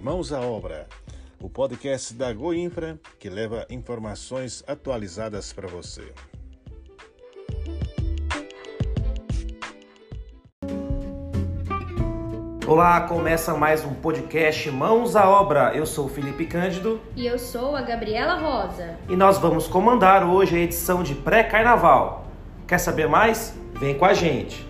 Mãos à Obra, o podcast da GoInfra que leva informações atualizadas para você. Olá, começa mais um podcast Mãos à Obra. Eu sou o Felipe Cândido. E eu sou a Gabriela Rosa. E nós vamos comandar hoje a edição de pré-carnaval. Quer saber mais? Vem com a gente.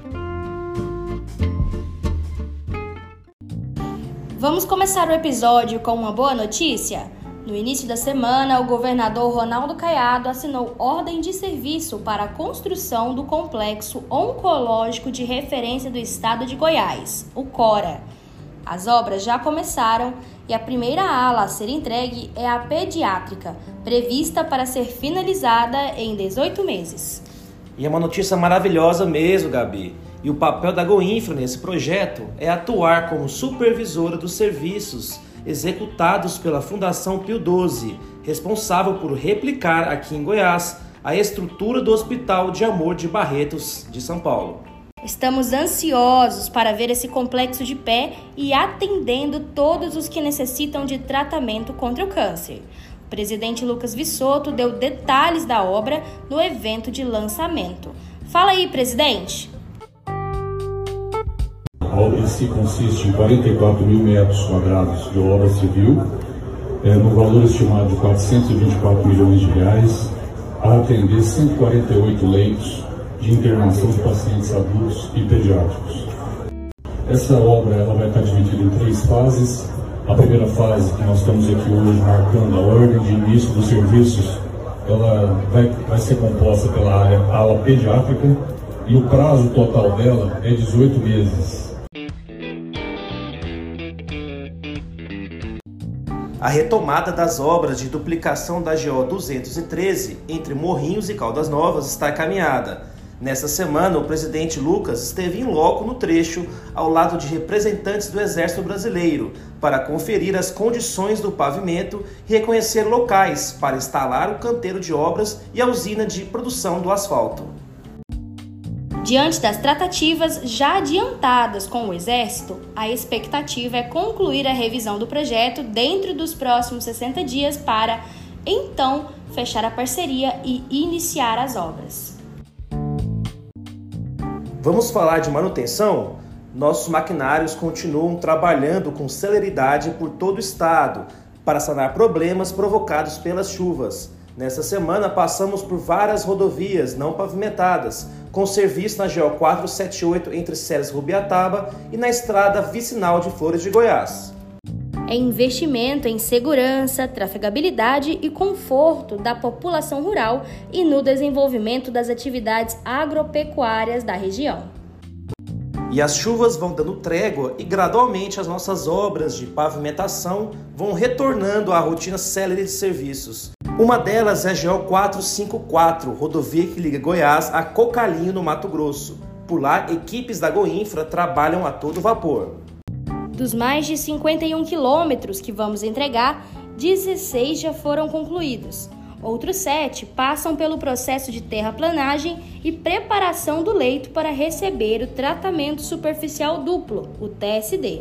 Vamos começar o episódio com uma boa notícia? No início da semana, o governador Ronaldo Caiado assinou ordem de serviço para a construção do Complexo Oncológico de Referência do Estado de Goiás, o CORA. As obras já começaram e a primeira ala a ser entregue é a pediátrica, prevista para ser finalizada em 18 meses. E é uma notícia maravilhosa mesmo, Gabi. E o papel da GoInfra nesse projeto é atuar como supervisora dos serviços executados pela Fundação Pio XII, responsável por replicar aqui em Goiás a estrutura do Hospital de Amor de Barretos, de São Paulo. Estamos ansiosos para ver esse complexo de pé e atendendo todos os que necessitam de tratamento contra o câncer. O presidente Lucas Visotto deu detalhes da obra no evento de lançamento. Fala aí, presidente! A obra em si consiste em 44 mil metros quadrados de obra civil, no valor estimado de 424 milhões de reais, a atender 148 leitos de internação de pacientes adultos e pediátricos. Essa obra ela vai estar dividida em 3 fases. A primeira fase, que nós estamos aqui hoje marcando a ordem de início dos serviços, ela vai ser composta pela ala pediátrica e o prazo total dela é 18 meses. A retomada das obras de duplicação da GO 213 entre Morrinhos e Caldas Novas está caminhada. Nessa semana, o presidente Lucas esteve em loco no trecho, ao lado de representantes do Exército Brasileiro, para conferir as condições do pavimento e reconhecer locais para instalar o canteiro de obras e a usina de produção do asfalto. Diante das tratativas já adiantadas com o Exército, a expectativa é concluir a revisão do projeto dentro dos próximos 60 dias para, então, fechar a parceria e iniciar as obras. Vamos falar de manutenção? Nossos maquinários continuam trabalhando com celeridade por todo o estado para sanar problemas provocados pelas chuvas. Nessa semana, passamos por várias rodovias não pavimentadas, com serviço na GO 478 entre Ceres e Rubiataba e na estrada vicinal de Flores de Goiás. É investimento em segurança, trafegabilidade e conforto da população rural e no desenvolvimento das atividades agropecuárias da região. E as chuvas vão dando trégua e gradualmente as nossas obras de pavimentação vão retornando à rotina célere de serviços. Uma delas é a GO 454, rodovia que liga Goiás a Cocalinho, no Mato Grosso. Por lá, equipes da GoInfra trabalham a todo vapor. Dos mais de 51 quilômetros que vamos entregar, 16 já foram concluídos. Outros 7 passam pelo processo de terraplanagem e preparação do leito para receber o tratamento superficial duplo, o TSD.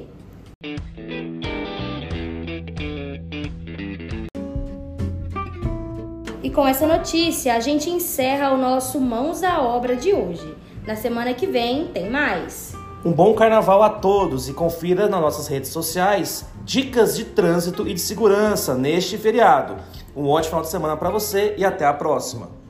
E com essa notícia, a gente encerra o nosso Mãos à Obra de hoje. Na semana que vem, tem mais. Um bom carnaval a todos e confira nas nossas redes sociais dicas de trânsito e de segurança neste feriado. Um ótimo final de semana para você e até a próxima.